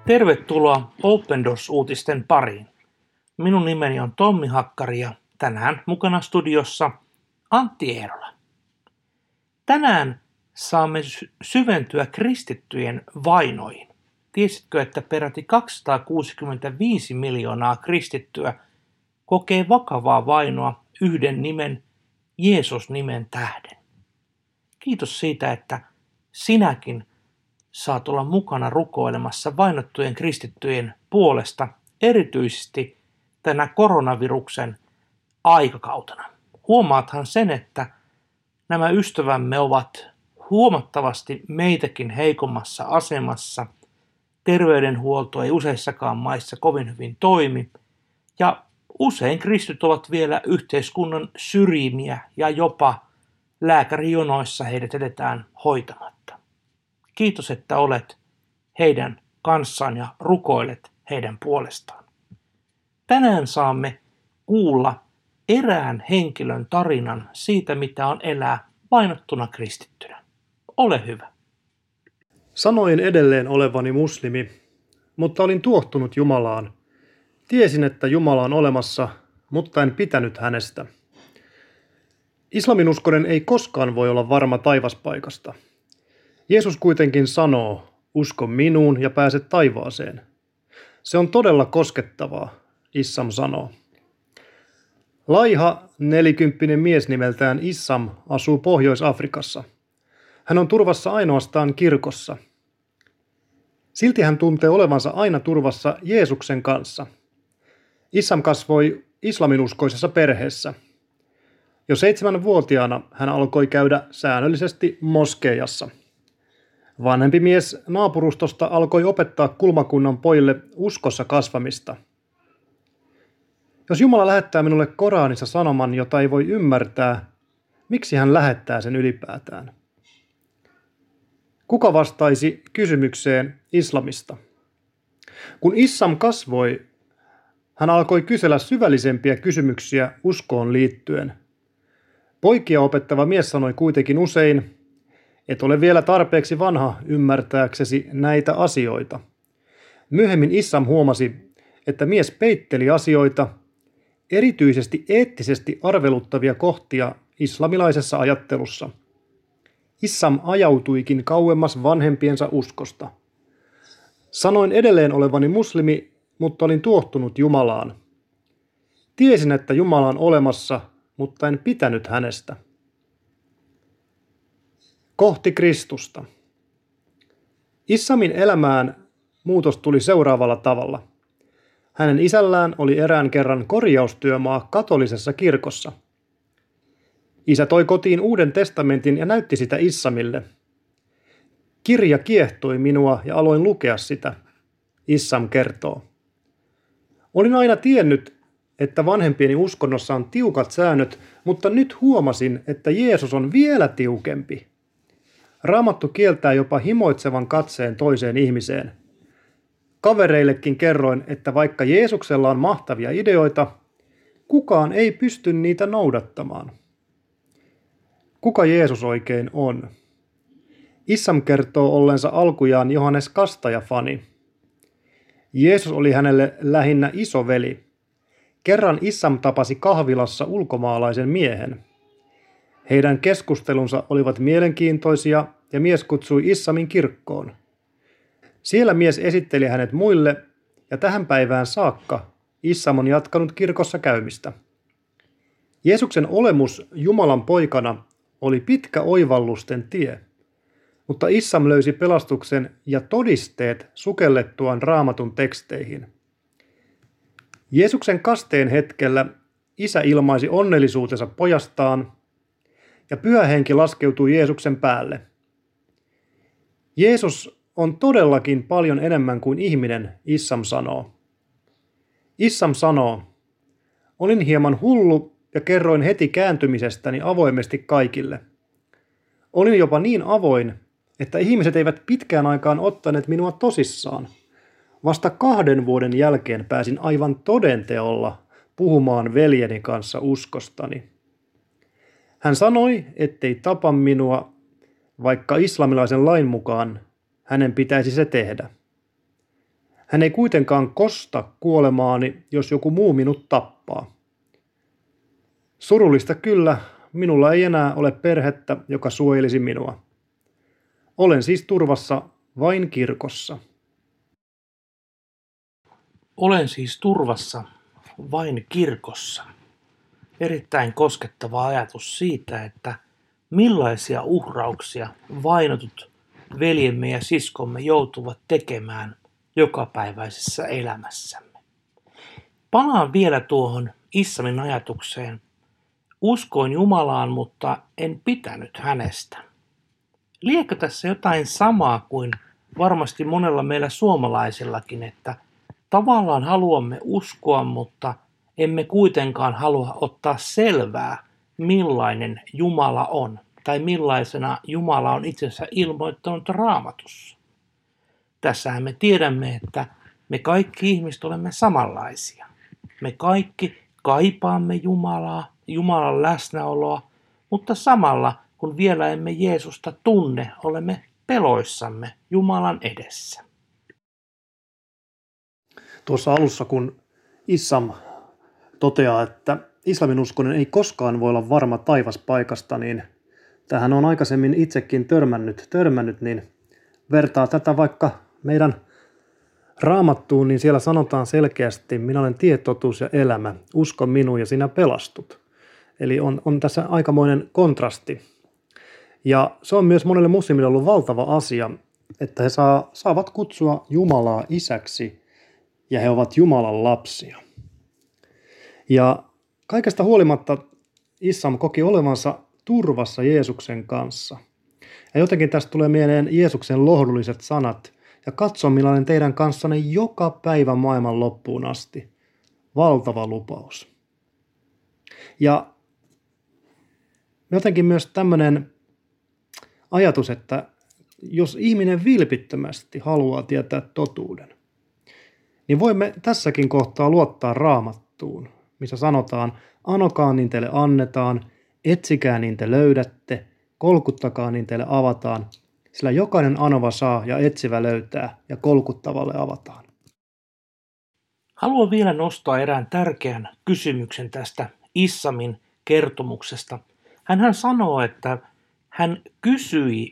Tervetuloa Open Doors-uutisten pariin. Minun nimeni on Tommi Hakkari ja tänään mukana studiossa Antti Eerola. Tänään saamme syventyä kristittyjen vainoihin. Tiesitkö, että peräti 265 miljoonaa kristittyä kokee vakavaa vainoa yhden nimen, Jeesus-nimen tähden? Kiitos siitä, että sinäkin saat olla mukana rukoilemassa vainottujen kristittyjen puolesta, erityisesti tänä koronaviruksen aikakautena. Huomaathan sen, että nämä ystävämme ovat huomattavasti meitäkin heikommassa asemassa. Terveydenhuolto ei useissakaan maissa kovin hyvin toimi, ja usein kristityt ovat vielä yhteiskunnan syrjimiä ja jopa lääkärijonoissa heidät edetään hoitamatta. Kiitos, että olet heidän kanssaan ja rukoilet heidän puolestaan. Tänään saamme kuulla erään henkilön tarinan siitä, mitä on elää vainottuna kristittynä. Ole hyvä. Sanoin edelleen olevani muslimi, mutta olin tuohtunut Jumalaan. Tiesin, että Jumala on olemassa, mutta en pitänyt hänestä. Islaminuskoinen ei koskaan voi olla varma taivaspaikasta. Jeesus kuitenkin sanoo, usko minuun ja pääset taivaaseen. Se on todella koskettavaa, Issam sanoo. Laiha 40 mies nimeltään Issam asuu Pohjois-Afrikassa. Hän on turvassa ainoastaan kirkossa. Silti hän tuntee olevansa aina turvassa Jeesuksen kanssa. Issam kasvoi islaminuskoisessa perheessä. Jo 7-vuotiaana hän alkoi käydä säännöllisesti moskeijassa. Vanhempi mies naapurustosta alkoi opettaa kulmakunnan pojille uskossa kasvamista. Jos Jumala lähettää minulle Koranissa sanoman, jota ei voi ymmärtää, miksi hän lähettää sen ylipäätään? Kuka vastaisi kysymykseen islamista? Kun Issam kasvoi, hän alkoi kysellä syvällisempiä kysymyksiä uskoon liittyen. Poikia opettava mies sanoi kuitenkin usein, et ole vielä tarpeeksi vanha ymmärtääksesi näitä asioita. Myöhemmin Issam huomasi, että mies peitteli asioita, erityisesti eettisesti arveluttavia kohtia islamilaisessa ajattelussa. Issam ajautuikin kauemmas vanhempiensa uskosta. Sanoin edelleen olevani muslimi, mutta olin tuohtunut Jumalaan. Tiesin, että Jumala on olemassa, mutta en pitänyt hänestä. Kohti Kristusta. Issamin elämään muutos tuli seuraavalla tavalla. Hänen isällään oli erään kerran korjaustyömaa katolisessa kirkossa. Isä toi kotiin Uuden testamentin ja näytti sitä Issamille. Kirja kiehtoi minua ja aloin lukea sitä, Issam kertoo. Olin aina tiennyt, että vanhempieni uskonnossa on tiukat säännöt, mutta nyt huomasin, että Jeesus on vielä tiukempi. Raamattu kieltää jopa himoitsevan katseen toiseen ihmiseen. Kavereillekin kerroin, että vaikka Jeesuksella on mahtavia ideoita, kukaan ei pysty niitä noudattamaan. Kuka Jeesus oikein on? Issam kertoo ollensa alkujaan Johannes Kastaja-fani. Jeesus oli hänelle lähinnä isoveli. Kerran Issam tapasi kahvilassa ulkomaalaisen miehen. Heidän keskustelunsa olivat mielenkiintoisia ja mies kutsui Issamin kirkkoon. Siellä mies esitteli hänet muille ja tähän päivään saakka Issam on jatkanut kirkossa käymistä. Jeesuksen olemus Jumalan poikana oli pitkä oivallusten tie, mutta Issam löysi pelastuksen ja todisteet sukellettuaan Raamatun teksteihin. Jeesuksen kasteen hetkellä isä ilmaisi onnellisuutensa pojastaan ja Pyhä Henki laskeutui Jeesuksen päälle. Jeesus on todellakin paljon enemmän kuin ihminen, Issam sanoo. Issam sanoo, olin hieman hullu ja kerroin heti kääntymisestäni avoimesti kaikille. Olin jopa niin avoin, että ihmiset eivät pitkään aikaan ottaneet minua tosissaan. Vasta 2 vuoden jälkeen pääsin aivan todenteolla puhumaan veljeni kanssa uskostani. Hän sanoi, ettei tapa minua, vaikka islamilaisen lain mukaan hänen pitäisi se tehdä. Hän ei kuitenkaan kosta kuolemaani, jos joku muu minut tappaa. Surullista kyllä, minulla ei enää ole perhettä, joka suojelisi minua. Olen siis turvassa vain kirkossa. Olen siis turvassa vain kirkossa. Erittäin koskettava ajatus siitä, että millaisia uhrauksia vainotut veljemme ja siskomme joutuvat tekemään jokapäiväisessä elämässämme. Palaan vielä tuohon Issamin ajatukseen. Uskoin Jumalaan, mutta en pitänyt hänestä. Liekö tässä jotain samaa kuin varmasti monella meillä suomalaisillakin, että tavallaan haluamme uskoa, mutta emme kuitenkaan halua ottaa selvää, millainen Jumala on, tai millaisena Jumala on itsensä ilmoittanut Raamatussa. Tässähän me tiedämme, että me kaikki ihmiset olemme samanlaisia. Me kaikki kaipaamme Jumalaa, Jumalan läsnäoloa, mutta samalla kun vielä emme Jeesusta tunne, olemme peloissamme Jumalan edessä. Tuossa alussa, kun Issam toteaa, että islaminuskoinen ei koskaan voi olla varma taivaspaikasta, niin tähän on aikaisemmin itsekin törmännyt, niin vertaa tätä vaikka meidän Raamattuun, niin siellä sanotaan selkeästi, minä olen tie, totuus ja elämä, usko minuun ja sinä pelastut. Eli on tässä aikamoinen kontrasti. Ja se on myös monelle muslimille ollut valtava asia, että he saavat kutsua Jumalaa isäksi ja he ovat Jumalan lapsia. Ja kaikesta huolimatta Issam koki olevansa turvassa Jeesuksen kanssa. Ja jotenkin tästä tulee mieleen Jeesuksen lohdulliset sanat, ja katso millainen teidän kanssanne joka päivä maailman loppuun asti. Valtava lupaus. Ja jotenkin myös tämmöinen ajatus, että jos ihminen vilpittömästi haluaa tietää totuuden, niin voimme tässäkin kohtaa luottaa Raamattuun, missä sanotaan, anokaa niin teille annetaan, etsikää niin te löydätte, kolkuttakaa niin teille avataan, sillä jokainen anova saa ja etsivä löytää ja kolkuttavalle avataan. Haluan vielä nostaa erään tärkeän kysymyksen tästä Issamin kertomuksesta. Hänhän sanoo, että hän kysyi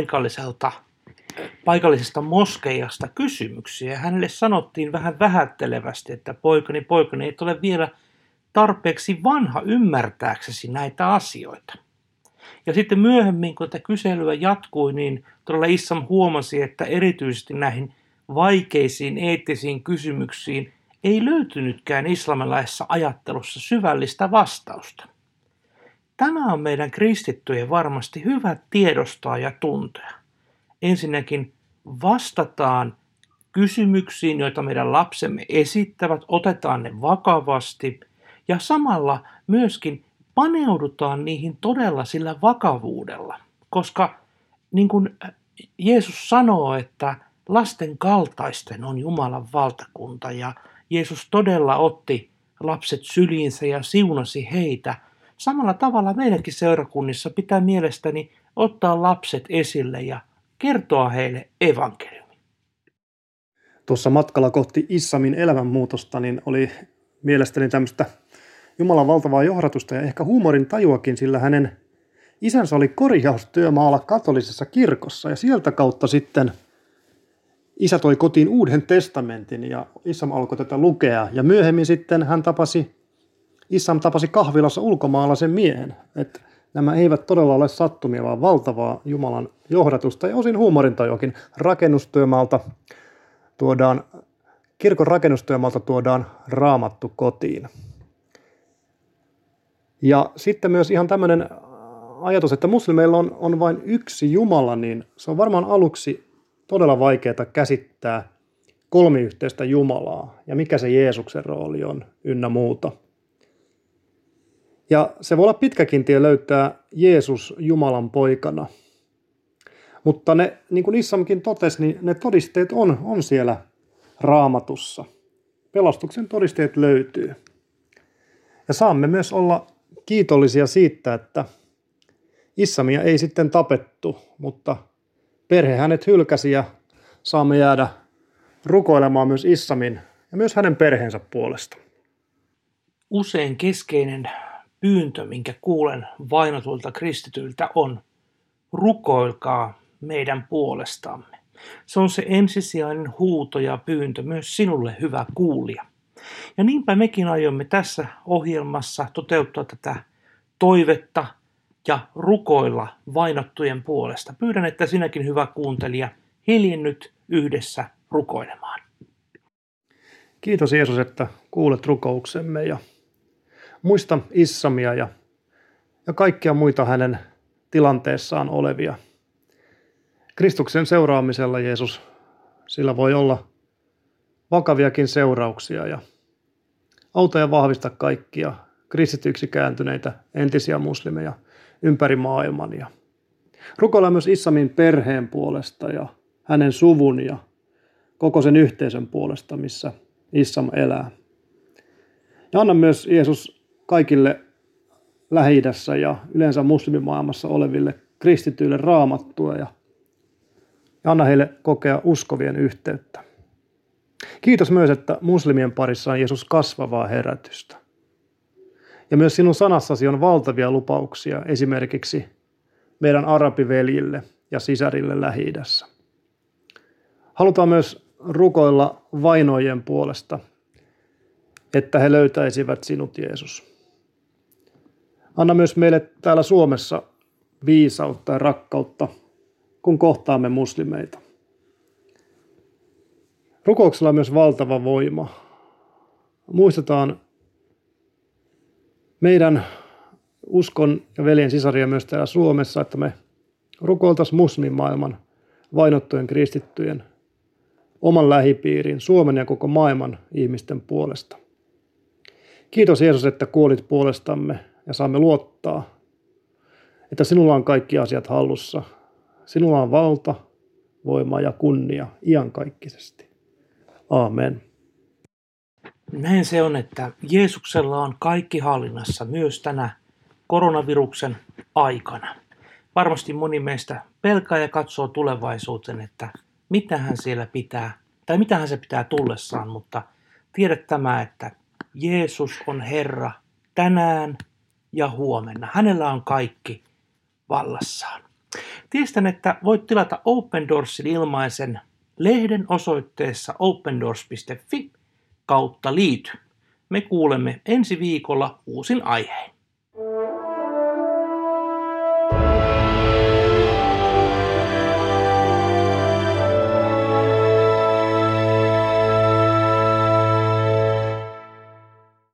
paikallisesta moskeijasta kysymyksiä. Hänelle sanottiin vähän vähättelevästi, että poikani, et ole vielä tarpeeksi vanha ymmärtääksesi näitä asioita. Ja sitten myöhemmin, kun tätä kyselyä jatkui, niin todella Issam huomasi, että erityisesti näihin vaikeisiin eettisiin kysymyksiin ei löytynytkään islamilaisessa ajattelussa syvällistä vastausta. Tämä on meidän kristittyjen varmasti hyvä tiedostaa ja tuntea. Ensinnäkin vastataan kysymyksiin, joita meidän lapsemme esittävät, otetaan ne vakavasti ja samalla myöskin paneudutaan niihin todella sillä vakavuudella, koska niin kuin Jeesus sanoo, että lasten kaltaisten on Jumalan valtakunta ja Jeesus todella otti lapset syliinsä ja siunasi heitä. Samalla tavalla meidänkin seurakunnissa pitää mielestäni ottaa lapset esille ja kertoa heille evankeliumi. Tuossa matkalla kohti Issamin elämänmuutosta niin oli mielestäni tämmöistä Jumalan valtavaa johdatusta ja ehkä huumorin tajuakin, sillä hänen isänsä oli korjaustyömaalla katolisessa kirkossa ja sieltä kautta sitten isä toi kotiin Uuden testamentin ja Issam alkoi tätä lukea ja myöhemmin sitten Issam tapasi kahvilassa ulkomaalaisen miehen. Että nämä eivät todella ole sattumia, vaan valtavaa Jumalan johdatusta ja osin huumorintajuakin. Kirkon rakennustyömaalta tuodaan Raamattu kotiin. Ja sitten myös ihan tämmöinen ajatus, että muslimeilla on vain yksi Jumala, niin se on varmaan aluksi todella vaikeaa käsittää kolmiyhteistä Jumalaa ja mikä se Jeesuksen rooli on ynnä muuta. Ja se voi olla pitkäkin tie löytää Jeesus Jumalan poikana. Mutta ne, niin kuin Issamkin totesi, niin ne todisteet on siellä Raamatussa. Pelastuksen todisteet löytyy. Ja saamme myös olla kiitollisia siitä, että Issamia ei sitten tapettu, mutta perhe hänet hylkäsi ja saamme jäädä rukoilemaan myös Issamin ja myös hänen perheensä puolesta. Usein keskeinen pyyntö, minkä kuulen vainotulta kristityiltä on: rukoilkaa meidän puolestamme. Se on se ensisijainen huuto ja pyyntö myös sinulle, hyvä kuulija. Ja niinpä mekin aiomme tässä ohjelmassa toteuttaa tätä toivetta ja rukoilla vainottujen puolesta. Pyydän, että sinäkin, hyvä kuuntelija, hiljennyt yhdessä rukoilemaan. Kiitos Jeesus, että kuulet rukouksemme ja muista Issamia ja kaikkia muita hänen tilanteessaan olevia. Kristuksen seuraamisella, Jeesus, sillä voi olla vakaviakin seurauksia ja auta ja vahvista kaikkia kristityiksi kääntyneitä entisiä muslimeja ympäri maailman. Ja rukoillaan myös Issamin perheen puolesta ja hänen suvun ja koko sen yhteisön puolesta, missä Issam elää. Ja anna myös, Jeesus, kaikille Lähi-idässä ja yleensä muslimimaailmassa oleville kristityille raamattua ja anna heille kokea uskovien yhteyttä. Kiitos myös, että muslimien parissa on Jeesus kasvavaa herätystä. Ja myös sinun sanassasi on valtavia lupauksia esimerkiksi meidän arabiveljille ja sisarille Lähi-idässä. Halutaan myös rukoilla vainojen puolesta, että he löytäisivät sinut, Jeesus. Anna myös meille täällä Suomessa viisautta ja rakkautta, kun kohtaamme muslimeita. Rukouksella on myös valtava voima. Muistetaan meidän uskon ja veljen sisaria myös täällä Suomessa, että me rukoiltaisiin muslimimaailman vainottujen kristittyjen, oman lähipiirin, Suomen ja koko maailman ihmisten puolesta. Kiitos Jeesus, että kuolit puolestamme ja saamme luottaa, että sinulla on kaikki asiat hallussa. Sinulla on valta, voima ja kunnia iankaikkisesti. Aamen. Näin se on, että Jeesuksella on kaikki hallinnassa myös tänä koronaviruksen aikana. Varmasti moni meistä pelkää ja katsoo tulevaisuuteen, että mitähän se pitää tullessaan, mutta tiedät tämä, että Jeesus on Herra tänään ja huomenna. Hänellä on kaikki vallassaan. Tiedän, että voit tilata Open Doorsin ilmaisen lehden osoitteessa opendoors.fi/liity. Me kuulemme ensi viikolla uusin aiheen.